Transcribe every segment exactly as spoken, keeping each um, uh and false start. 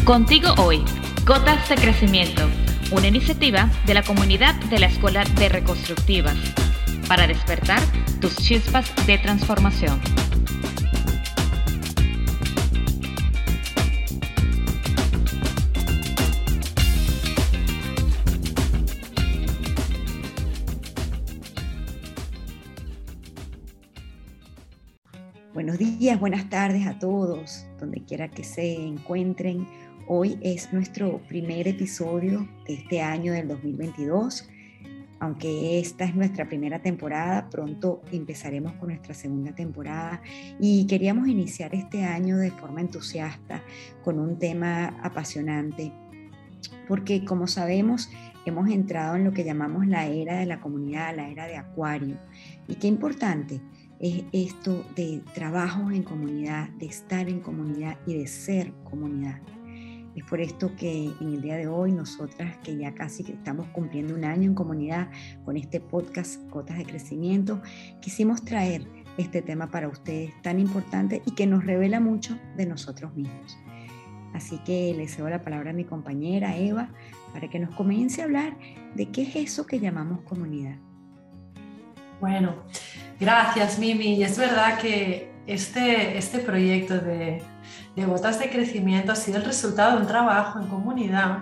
Contigo hoy, Gotas de Crecimiento, una iniciativa de la comunidad de la Escuela de Reconstructivas, para despertar tus chispas de transformación. Buenos días, buenas tardes a todos, donde quiera que se encuentren. Hoy es nuestro primer episodio de este año del dos mil veintidós. Aunque esta es nuestra primera temporada, pronto empezaremos con nuestra segunda temporada y queríamos iniciar este año de forma entusiasta con un tema apasionante, porque como sabemos hemos entrado en lo que llamamos la era de la comunidad, la era de Acuario, y qué importante es esto de trabajo en comunidad, de estar en comunidad y de ser comunidad. Es por esto que en el día de hoy nosotras, que ya casi que estamos cumpliendo un año en comunidad con este podcast Gotas de Crecimiento, quisimos traer este tema para ustedes tan importante y que nos revela mucho de nosotros mismos. Así que le cedo la palabra a mi compañera Eva para que nos comience a hablar de qué es eso que llamamos comunidad. Bueno, gracias Mimi. Y es verdad que este, este proyecto de, de Gotas de Crecimiento ha sido el resultado de un trabajo en comunidad,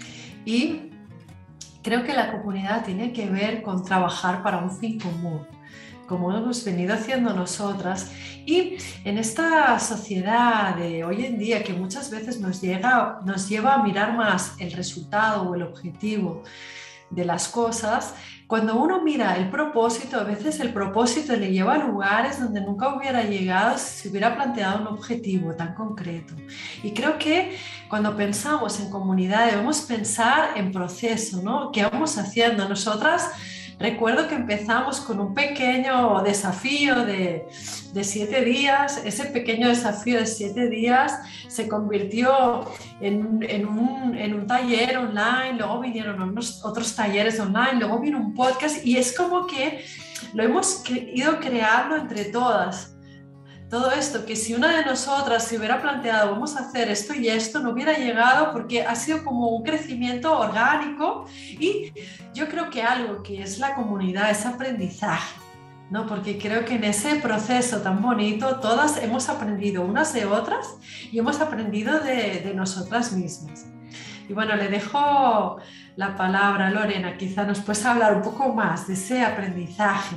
y creo que la comunidad tiene que ver con trabajar para un fin común, como hemos venido haciendo nosotras. Y en esta sociedad de hoy en día, que muchas veces nos, llega, nos lleva a mirar más el resultado o el objetivo de las cosas, cuando uno mira el propósito, a veces el propósito le lleva a lugares donde nunca hubiera llegado si se hubiera planteado un objetivo tan concreto. Y creo que cuando pensamos en comunidad debemos pensar en proceso, ¿no? ¿Qué vamos haciendo? Nosotras, recuerdo que empezamos con un pequeño desafío de, de siete días. Ese pequeño desafío de siete días se convirtió en, en, un, en un taller online, luego vinieron unos, otros talleres online, luego vino un podcast, y es como que lo hemos cre- ido creando entre todas. Todo esto, que si una de nosotras se hubiera planteado vamos a hacer esto y esto, no hubiera llegado, porque ha sido como un crecimiento orgánico. Y yo creo que algo que es la comunidad es aprendizaje, ¿no? Porque creo que en ese proceso tan bonito todas hemos aprendido unas de otras y hemos aprendido de, de nosotras mismas. Y bueno, le dejo la palabra a Lorena, quizá nos puedes hablar un poco más de ese aprendizaje.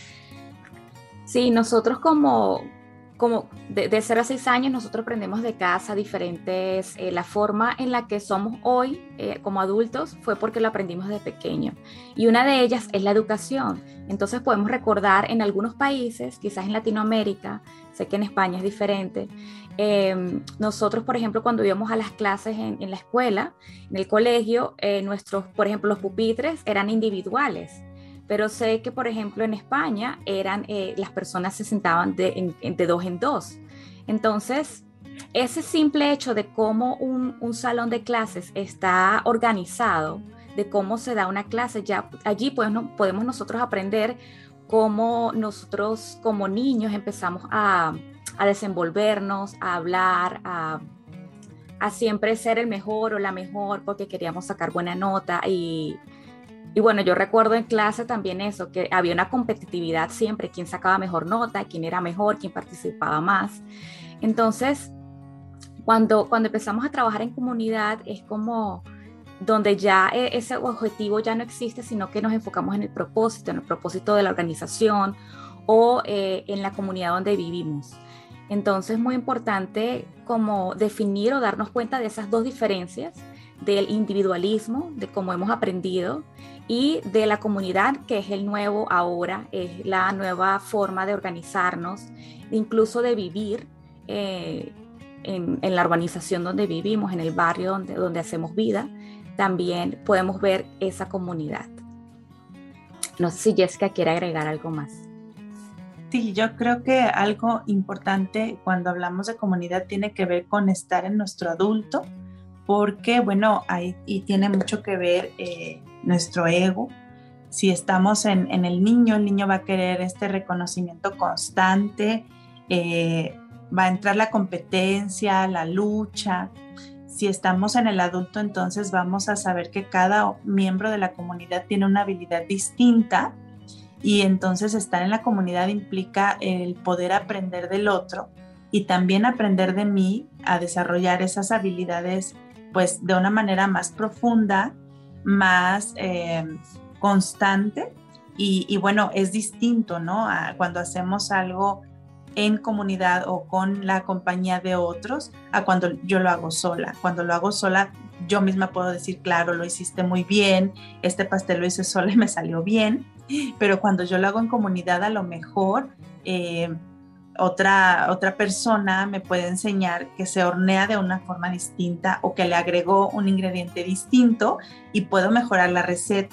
Sí, nosotros como... Como de, de cero a seis años nosotros aprendemos de casa diferentes, eh, la forma en la que somos hoy eh, como adultos fue porque lo aprendimos de pequeño, y una de ellas es la educación. Entonces podemos recordar en algunos países, quizás en Latinoamérica, sé que en España es diferente, eh, nosotros por ejemplo cuando íbamos a las clases en, en la escuela, en el colegio, eh, nuestros, por ejemplo los pupitres eran individuales. Pero sé que, por ejemplo, en España eran, eh, las personas se sentaban de, en, de dos en dos. Entonces, ese simple hecho de cómo un, un salón de clases está organizado, de cómo se da una clase, ya allí pues, no, podemos nosotros aprender cómo nosotros como niños empezamos a, a desenvolvernos, a hablar, a, a siempre ser el mejor o la mejor porque queríamos sacar buena nota. Y Y bueno, yo recuerdo en clase también eso, que había una competitividad siempre, quién sacaba mejor nota, quién era mejor, quién participaba más. Entonces, cuando, cuando empezamos a trabajar en comunidad, es como donde ya ese objetivo ya no existe, sino que nos enfocamos en el propósito, en el propósito de la organización o eh, en la comunidad donde vivimos. Entonces, es muy importante como definir o darnos cuenta de esas dos diferencias, del individualismo, de cómo hemos aprendido, y de la comunidad, que es el nuevo ahora, es la nueva forma de organizarnos, incluso de vivir eh, en, en la urbanización donde vivimos, en el barrio donde, donde hacemos vida. También podemos ver esa comunidad. No sé si Jessica quiere agregar algo más. Sí, yo creo que algo importante cuando hablamos de comunidad tiene que ver con estar en nuestro adulto, porque, bueno, ahí y tiene mucho que ver eh, nuestro ego. Si estamos en, en el niño, el niño va a querer este reconocimiento constante, eh, va a entrar la competencia, la lucha, Si estamos en el adulto, entonces vamos a saber que cada miembro de la comunidad tiene una habilidad distinta, y entonces estar en la comunidad implica el poder aprender del otro y también aprender de mí a desarrollar esas habilidades pues de una manera más profunda, más eh, constante, y, y bueno, es distinto, ¿no? A cuando hacemos algo en comunidad o con la compañía de otros a cuando yo lo hago sola. Cuando lo hago sola, yo misma puedo decir, claro, lo hiciste muy bien, este pastel lo hice sola y me salió bien, pero cuando yo lo hago en comunidad, a lo mejor eh, otra, otra persona me puede enseñar que se hornea de una forma distinta o que le agregó un ingrediente distinto y puedo mejorar la receta.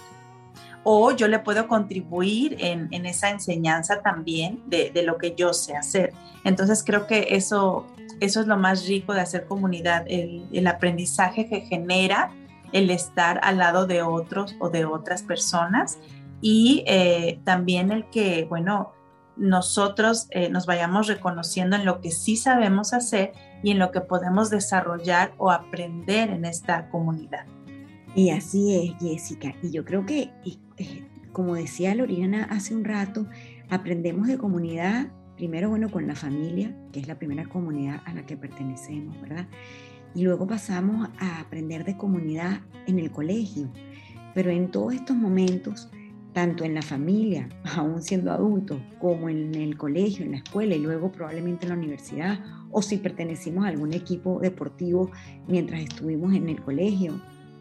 O yo le puedo contribuir en, en esa enseñanza también de, de lo que yo sé hacer. Entonces creo que eso, eso es lo más rico de hacer comunidad, el, el aprendizaje que genera el estar al lado de otros o de otras personas, y eh, también el que, bueno, nosotros eh, nos vayamos reconociendo en lo que sí sabemos hacer y en lo que podemos desarrollar o aprender en esta comunidad. Y así es, Jessica. Y yo creo que, eh, como decía Loriana hace un rato, aprendemos de comunidad, primero, bueno, con la familia, que es la primera comunidad a la que pertenecemos, ¿verdad? Y luego pasamos a aprender de comunidad en el colegio. Pero en todos estos momentos, tanto en la familia, aún siendo adultos, como en el colegio, en la escuela y luego probablemente en la universidad, o si pertenecimos a algún equipo deportivo mientras estuvimos en el colegio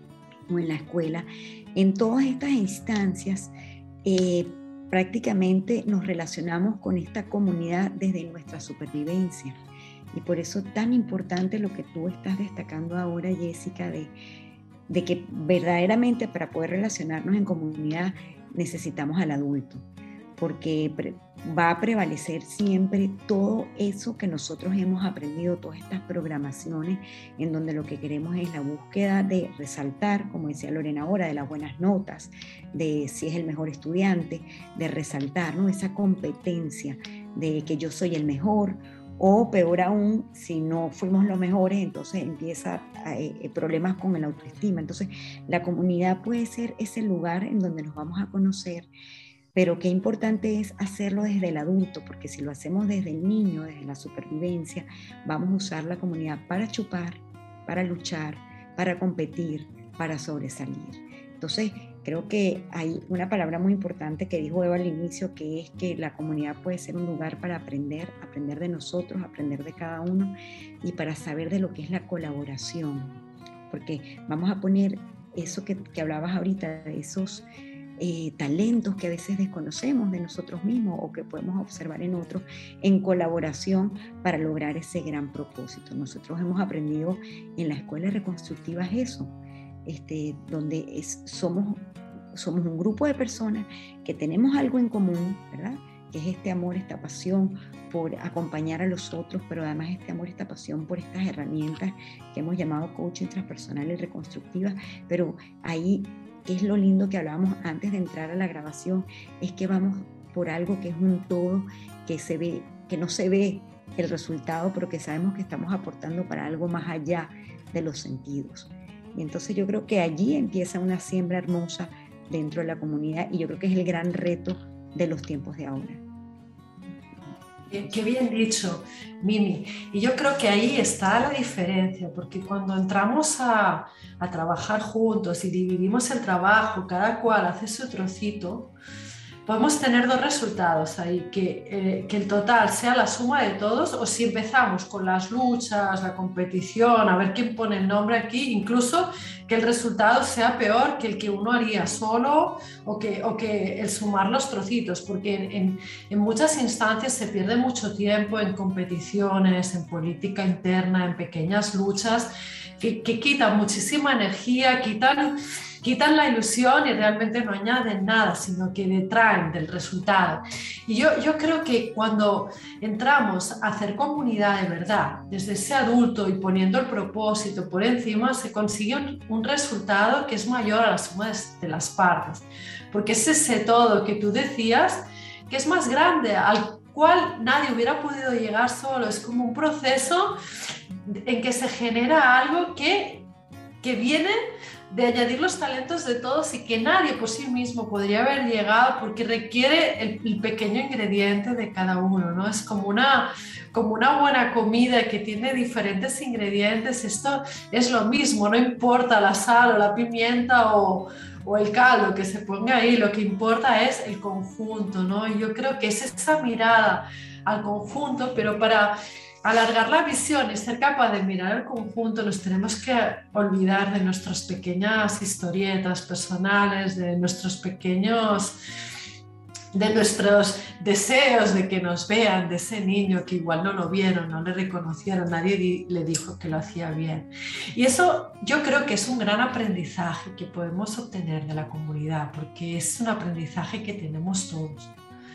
o en la escuela, en todas estas instancias eh, prácticamente nos relacionamos con esta comunidad desde nuestra supervivencia. Y por eso es tan importante lo que tú estás destacando ahora, Jessica, de, de que verdaderamente para poder relacionarnos en comunidad necesitamos al adulto, porque pre- va a prevalecer siempre todo eso que nosotros hemos aprendido, todas estas programaciones en donde lo que queremos es la búsqueda de resaltar, como decía Lorena ahora, de las buenas notas, de si es el mejor estudiante, de resaltar, ¿no? Esa competencia de que yo soy el mejor, o peor aún, si no fuimos los mejores, entonces empieza eh, problemas con el autoestima. Entonces la comunidad puede ser ese lugar en donde nos vamos a conocer, pero qué importante es hacerlo desde el adulto, porque si lo hacemos desde el niño, desde la supervivencia, vamos a usar la comunidad para chupar, para luchar, para competir, para sobresalir. Entonces, creo que hay una palabra muy importante que dijo Eva al inicio, que es que la comunidad puede ser un lugar para aprender, aprender de nosotros, aprender de cada uno y para saber de lo que es la colaboración. Porque vamos a poner eso que, que hablabas ahorita, de esos eh, talentos que a veces desconocemos de nosotros mismos o que podemos observar en otros, en colaboración para lograr ese gran propósito. Nosotros hemos aprendido en la escuela reconstructiva eso, este, donde es, somos, somos un grupo de personas que tenemos algo en común, ¿verdad? Que es este amor, esta pasión por acompañar a los otros, pero además este amor, esta pasión por estas herramientas que hemos llamado coaching transpersonal y reconstructiva. Pero ahí, ¿qué es lo lindo que hablábamos antes de entrar a la grabación? Es que vamos por algo que es un todo, que se ve, que no se ve el resultado, pero que sabemos que estamos aportando para algo más allá de los sentidos. Y entonces yo creo que allí empieza una siembra hermosa dentro de la comunidad, y yo creo que es el gran reto de los tiempos de ahora. Qué bien dicho, Mimi. Y yo creo que ahí está la diferencia, porque cuando entramos a, a trabajar juntos y dividimos el trabajo, cada cual hace su trocito, podemos tener dos resultados ahí, que, eh, que el total sea la suma de todos, o si empezamos con las luchas, la competición, a ver quién pone el nombre aquí, incluso que el resultado sea peor que el que uno haría solo, o que, o que el sumar los trocitos, porque en, en, en muchas instancias se pierde mucho tiempo en competiciones, en política interna, en pequeñas luchas, que, que quitan muchísima energía, quitan... quitan la ilusión y realmente no añaden nada, sino que detraen del resultado. Y yo, yo creo que cuando entramos a hacer comunidad de verdad, desde ese adulto y poniendo el propósito por encima, se consigue un, un resultado que es mayor a la suma de, de las partes. Porque es ese todo que tú decías, que es más grande, al cual nadie hubiera podido llegar solo. Es como un proceso en que se genera algo que, que viene de añadir los talentos de todos y que nadie por sí mismo podría haber llegado, porque requiere el, el pequeño ingrediente de cada uno, ¿no? Es como una, como una buena comida que tiene diferentes ingredientes. Esto es lo mismo, no importa la sal o la pimienta o, o el caldo que se ponga ahí, lo que importa es el conjunto, ¿no? Y yo creo que es esa mirada al conjunto, pero para alargar la visión y ser capaz de mirar el conjunto, nos tenemos que olvidar de nuestras pequeñas historietas personales, de nuestros pequeños, de nuestros deseos de que nos vean, de ese niño que igual no lo vieron, no le reconocieron, nadie di- le dijo que lo hacía bien. Y eso yo creo que es un gran aprendizaje que podemos obtener de la comunidad, porque es un aprendizaje que tenemos todos.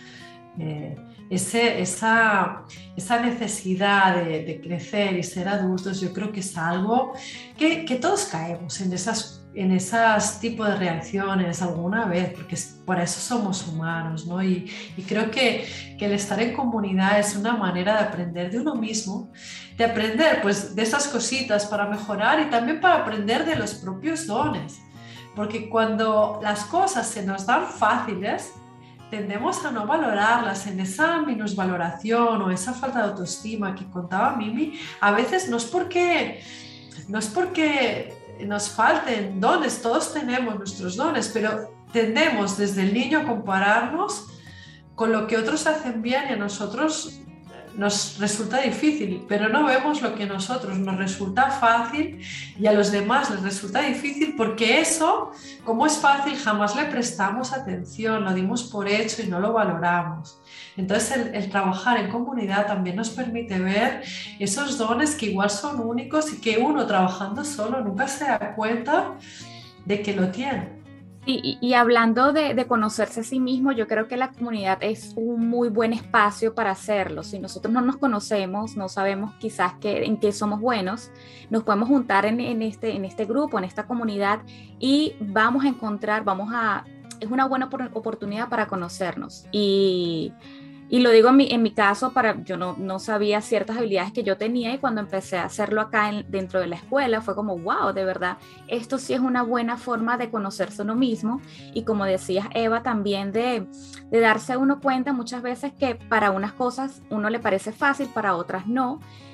Eh, ese, esa, esa necesidad de, de crecer y ser adultos, yo creo que es algo que, que todos caemos en esas, en esas tipos de reacciones alguna vez, porque es, por eso somos humanos, ¿no? Y, y creo que, que el estar en comunidad es una manera de aprender de uno mismo, de aprender pues, de esas cositas para mejorar y también para aprender de los propios dones, porque cuando las cosas se nos dan fáciles, tendemos a no valorarlas. En esa minusvaloración o esa falta de autoestima que contaba Mimi, a veces no es porque, no es porque nos falten dones, todos tenemos nuestros dones, pero tendemos desde el niño a compararnos con lo que otros hacen bien y a nosotros nos resulta difícil, pero no vemos lo que a nosotros nos resulta fácil y a los demás les resulta difícil, porque eso, como es fácil, jamás le prestamos atención, lo dimos por hecho y no lo valoramos. Entonces el, el trabajar en comunidad también nos permite ver esos dones que igual son únicos y que uno trabajando solo nunca se da cuenta de que lo tiene. Y, y, y hablando de, de conocerse a sí mismo, yo creo que la comunidad es un muy buen espacio para hacerlo. Si nosotros no nos conocemos, no sabemos quizás qué, en qué somos buenos, nos podemos juntar en, en, este, en este grupo, en esta comunidad, y vamos a encontrar, vamos a, es una buena oportunidad para conocernos. Y, y lo digo en mi, en mi caso, para, yo no, no sabía ciertas habilidades que yo tenía, y cuando empecé a hacerlo acá en, dentro de la escuela fue como, wow, de verdad, esto sí es una buena forma de conocerse uno mismo. Y como decías, Eva, también de, de darse uno cuenta muchas veces que para unas cosas uno le parece fácil, para otras no,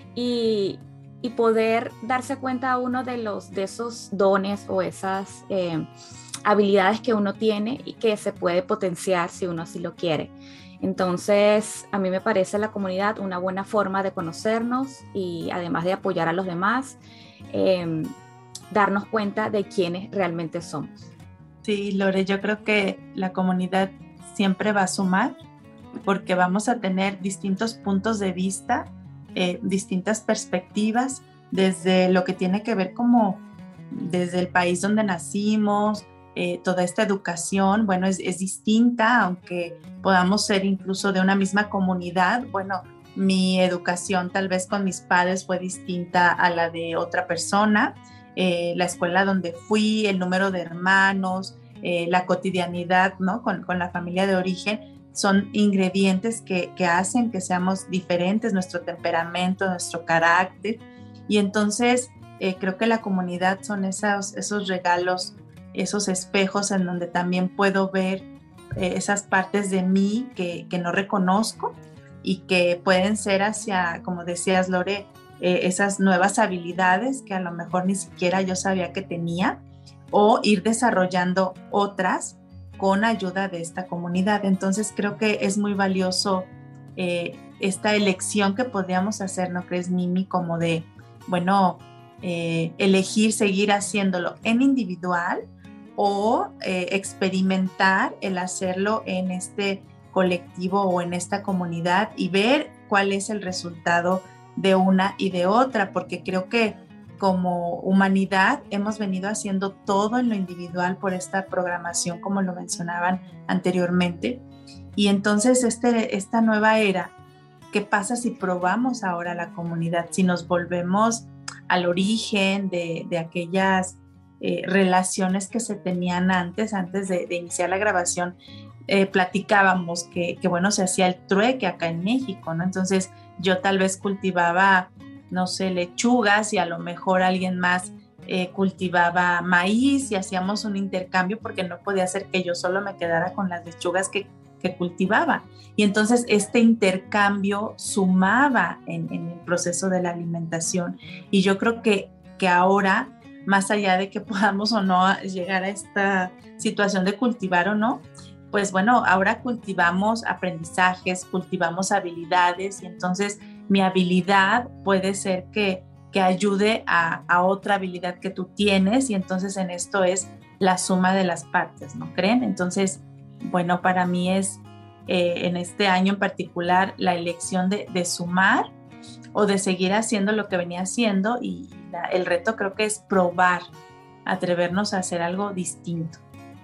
y, y poder darse cuenta a uno de, los, de esos dones o esas eh, habilidades que uno tiene y que se puede potenciar si uno así lo quiere. Entonces, a mí me parece la comunidad una buena forma de conocernos y, además de apoyar a los demás, eh, darnos cuenta de quiénes realmente somos. Sí, Lore, yo creo que la comunidad siempre va a sumar, porque vamos a tener distintos puntos de vista, eh, distintas perspectivas, desde lo que tiene que ver como desde el país donde nacimos. Eh, toda esta educación, bueno, es, es distinta, aunque podamos ser incluso de una misma comunidad. Bueno, mi educación tal vez con mis padres fue distinta a la de otra persona, eh, la escuela donde fui, el número de hermanos, eh, la cotidianidad, ¿no? con, con la familia de origen, son ingredientes que, que hacen que seamos diferentes, nuestro temperamento, nuestro carácter, y entonces eh, creo que la comunidad son esos, esos regalos, esos espejos en donde también puedo ver eh, esas partes de mí que, que no reconozco y que pueden ser hacia, como decías, Lore, eh, esas nuevas habilidades que a lo mejor ni siquiera yo sabía que tenía, o ir desarrollando otras con ayuda de esta comunidad. Entonces creo que es muy valioso eh, esta elección que podríamos hacer, ¿no crees, Mimi? Como de, bueno, eh, elegir seguir haciéndolo en individual, o eh, experimentar el hacerlo en este colectivo o en esta comunidad y ver cuál es el resultado de una y de otra, porque creo que como humanidad hemos venido haciendo todo en lo individual por esta programación, como lo mencionaban anteriormente, y entonces este, esta nueva era, ¿qué pasa si probamos ahora la comunidad? Si nos volvemos al origen de, de aquellas Eh, relaciones que se tenían antes, antes de, de iniciar la grabación. eh, platicábamos que, que, bueno, se hacía el trueque acá en México, ¿no? Entonces yo tal vez cultivaba, no sé, lechugas y a lo mejor alguien más eh, cultivaba maíz y hacíamos un intercambio porque no podía ser que yo solo me quedara con las lechugas que, que cultivaba. Y entonces este intercambio sumaba en, en el proceso de la alimentación. Y yo creo que, que ahora, más allá de que podamos o no llegar a esta situación de cultivar o no, pues bueno, ahora cultivamos aprendizajes, cultivamos habilidades y entonces mi habilidad puede ser que, que ayude a, a otra habilidad que tú tienes y entonces en esto es la suma de las partes, ¿no creen? Entonces, bueno, para mí es eh, en este año en particular la elección de, de sumar o de seguir haciendo lo que venía haciendo y la, el reto creo que es probar, atrevernos a hacer algo distinto.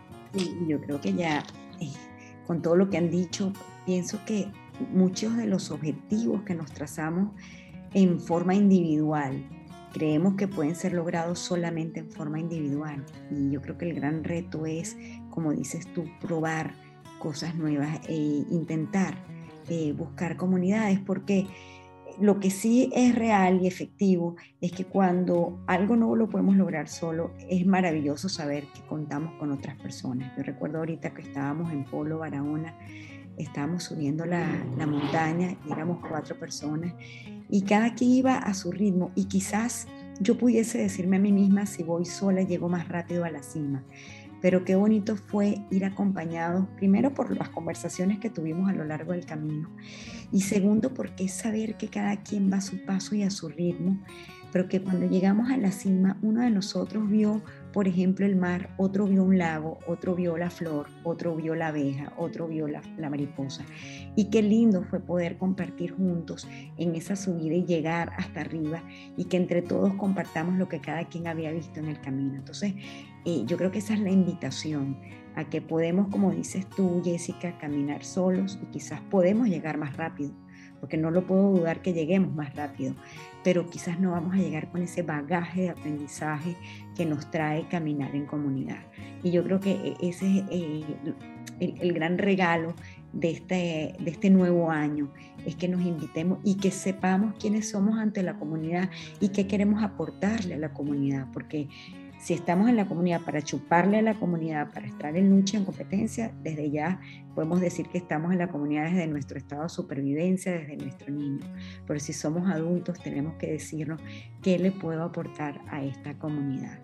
Y yo creo que ya eh, con todo lo que han dicho, pienso que muchos de los objetivos que nos trazamos en forma individual, creemos que pueden ser logrados solamente en forma individual. Y yo creo que el gran reto es, como dices tú, probar cosas nuevas e intentar eh, buscar comunidades, porque lo que sí es real y efectivo es que cuando algo no lo podemos lograr solo, es maravilloso saber que contamos con otras personas. Yo recuerdo ahorita que estábamos en Polo, Barahona, estábamos subiendo la, la montaña y éramos cuatro personas y cada quien iba a su ritmo y quizás yo pudiese decirme a mí misma, si voy sola llego más rápido a la cima. Pero qué bonito fue ir acompañados, primero por las conversaciones que tuvimos a lo largo del camino, y segundo porque es saber que cada quien va a su paso y a su ritmo, pero que cuando llegamos a la cima, uno de nosotros vio, por ejemplo, el mar, otro vio un lago, otro vio la flor, otro vio la abeja, otro vio la, la mariposa. Y qué lindo fue poder compartir juntos en esa subida y llegar hasta arriba y que entre todos compartamos lo que cada quien había visto en el camino. Entonces, eh, yo creo que esa es la invitación a que podemos, como dices tú, Jessica, caminar solos y quizás podemos llegar más rápido, porque no lo puedo dudar que lleguemos más rápido, pero quizás no vamos a llegar con ese bagaje de aprendizaje que nos trae caminar en comunidad. Y yo creo que ese es eh, el, el gran regalo de este, de este nuevo año, es que nos invitemos y que sepamos quiénes somos ante la comunidad y qué queremos aportarle a la comunidad, porque si estamos en la comunidad para chuparle a la comunidad, para estar en lucha, en competencia, desde ya podemos decir que estamos en la comunidad desde nuestro estado de supervivencia, desde nuestro niño. Pero si somos adultos, tenemos que decirnos qué le puedo aportar a esta comunidad.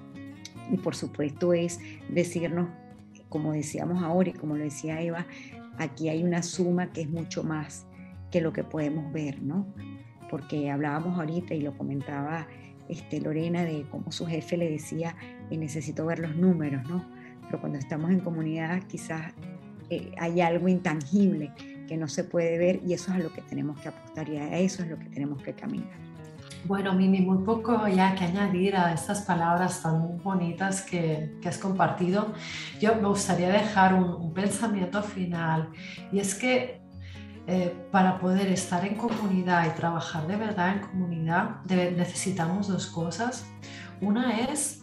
Y por supuesto es decirnos, como decíamos ahora y como lo decía Eva, aquí hay una suma que es mucho más que lo que podemos ver, ¿no? Porque hablábamos ahorita y lo comentaba Este, Lorena, de cómo su jefe le decía, eh, necesito ver los números, ¿no? Pero cuando estamos en comunidad quizás eh, hay algo intangible que no se puede ver y eso es a lo que tenemos que apostar y a eso es lo que tenemos que caminar. Bueno, Mimi, muy poco ya que añadir a estas palabras tan bonitas que, que has compartido. Yo me gustaría dejar un, un pensamiento final y es que Eh, para poder estar en comunidad y trabajar de verdad en comunidad debe, necesitamos dos cosas. Una es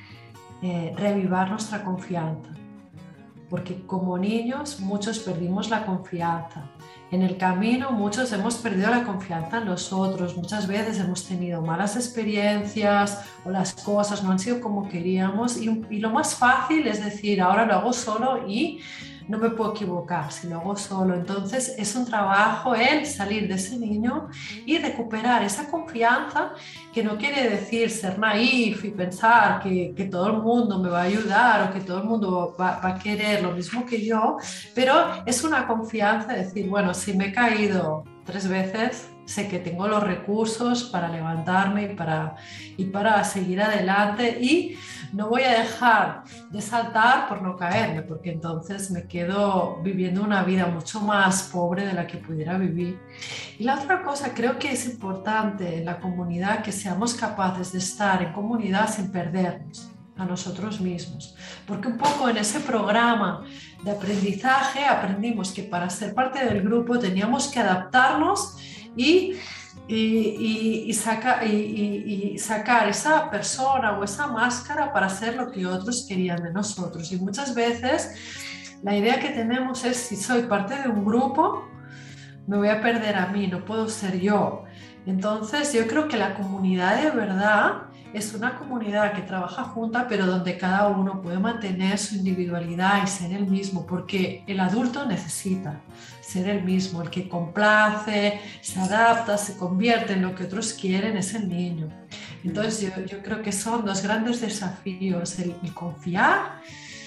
eh, reavivar nuestra confianza, porque como niños muchos perdimos la confianza. En el camino muchos hemos perdido la confianza en los otros, muchas veces hemos tenido malas experiencias o las cosas no han sido como queríamos y, y lo más fácil es decir, ahora lo hago solo y no me puedo equivocar si lo hago solo. Entonces es un trabajo el salir de ese niño y recuperar esa confianza, que no quiere decir ser naif y pensar que, que todo el mundo me va a ayudar o que todo el mundo va, va a querer lo mismo que yo, pero es una confianza de decir, bueno, si me he caído tres veces, sé que tengo los recursos para levantarme y para, y para seguir adelante y no voy a dejar de saltar por no caerme, porque entonces me quedo viviendo una vida mucho más pobre de la que pudiera vivir. Y la otra cosa, creo que es importante en la comunidad que seamos capaces de estar en comunidad sin perdernos a nosotros mismos, porque un poco en ese programa de aprendizaje aprendimos que para ser parte del grupo teníamos que adaptarnos y Y, y, y, saca, y, y, y sacar esa persona o esa máscara para hacer lo que otros querían de nosotros. Y muchas veces la idea que tenemos es, si soy parte de un grupo, me voy a perder a mí, no puedo ser yo. Entonces yo creo que la comunidad de verdad es una comunidad que trabaja junta, pero donde cada uno puede mantener su individualidad y ser el mismo, porque el adulto necesita ser el mismo, el que complace, se adapta, se convierte en lo que otros quieren, es el niño. Entonces yo, yo creo que son dos grandes desafíos, el, el confiar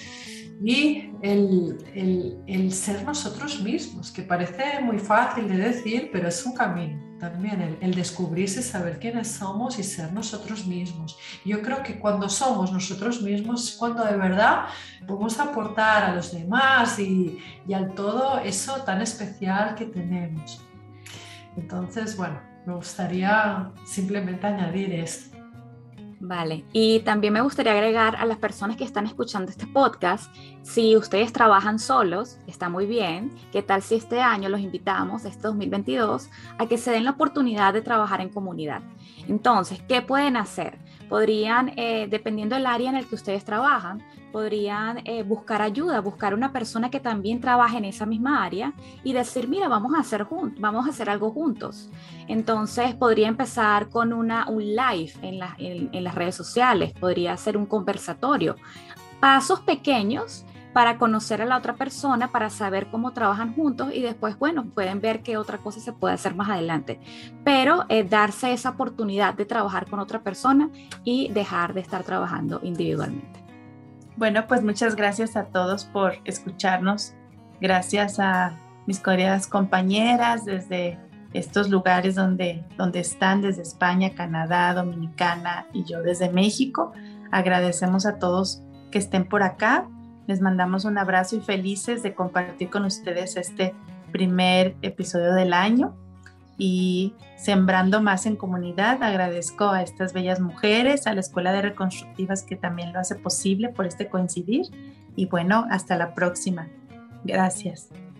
y el, el, el ser nosotros mismos, que parece muy fácil de decir, pero es un camino también, el, el descubrirse, saber quiénes somos y ser nosotros mismos. Yo creo que cuando somos nosotros mismos, cuando de verdad podemos aportar a los demás y, y al todo eso tan especial que tenemos. Entonces, bueno, me gustaría simplemente añadir esto. Vale, y también me gustaría agregar a las personas que están escuchando este podcast, si ustedes trabajan solos, está muy bien. ¿Qué tal si este año los invitamos, este dos mil veintidós, a que se den la oportunidad de trabajar en comunidad? Entonces, ¿qué pueden hacer? Podrían, eh, dependiendo del área en el que ustedes trabajan, podrían eh, buscar ayuda, buscar una persona que también trabaje en esa misma área y decir, mira, vamos a hacer, jun- vamos a hacer algo juntos. Entonces, podría empezar con una, un live en, la, en, en las redes sociales, podría ser un conversatorio. Pasos pequeños para conocer a la otra persona, para saber cómo trabajan juntos y después, bueno, pueden ver qué otra cosa se puede hacer más adelante. Pero eh, darse esa oportunidad de trabajar con otra persona y dejar de estar trabajando individualmente. Bueno, pues muchas gracias a todos por escucharnos. Gracias a mis queridas compañeras desde estos lugares donde, donde están, desde España, Canadá, Dominicana y yo desde México. Agradecemos a todos que estén por acá. Les mandamos un abrazo y felices de compartir con ustedes este primer episodio del año. Y sembrando más en comunidad, agradezco a estas bellas mujeres, a la Escuela de Reconstructivas que también lo hace posible por este coincidir. Y bueno, hasta la próxima. Gracias.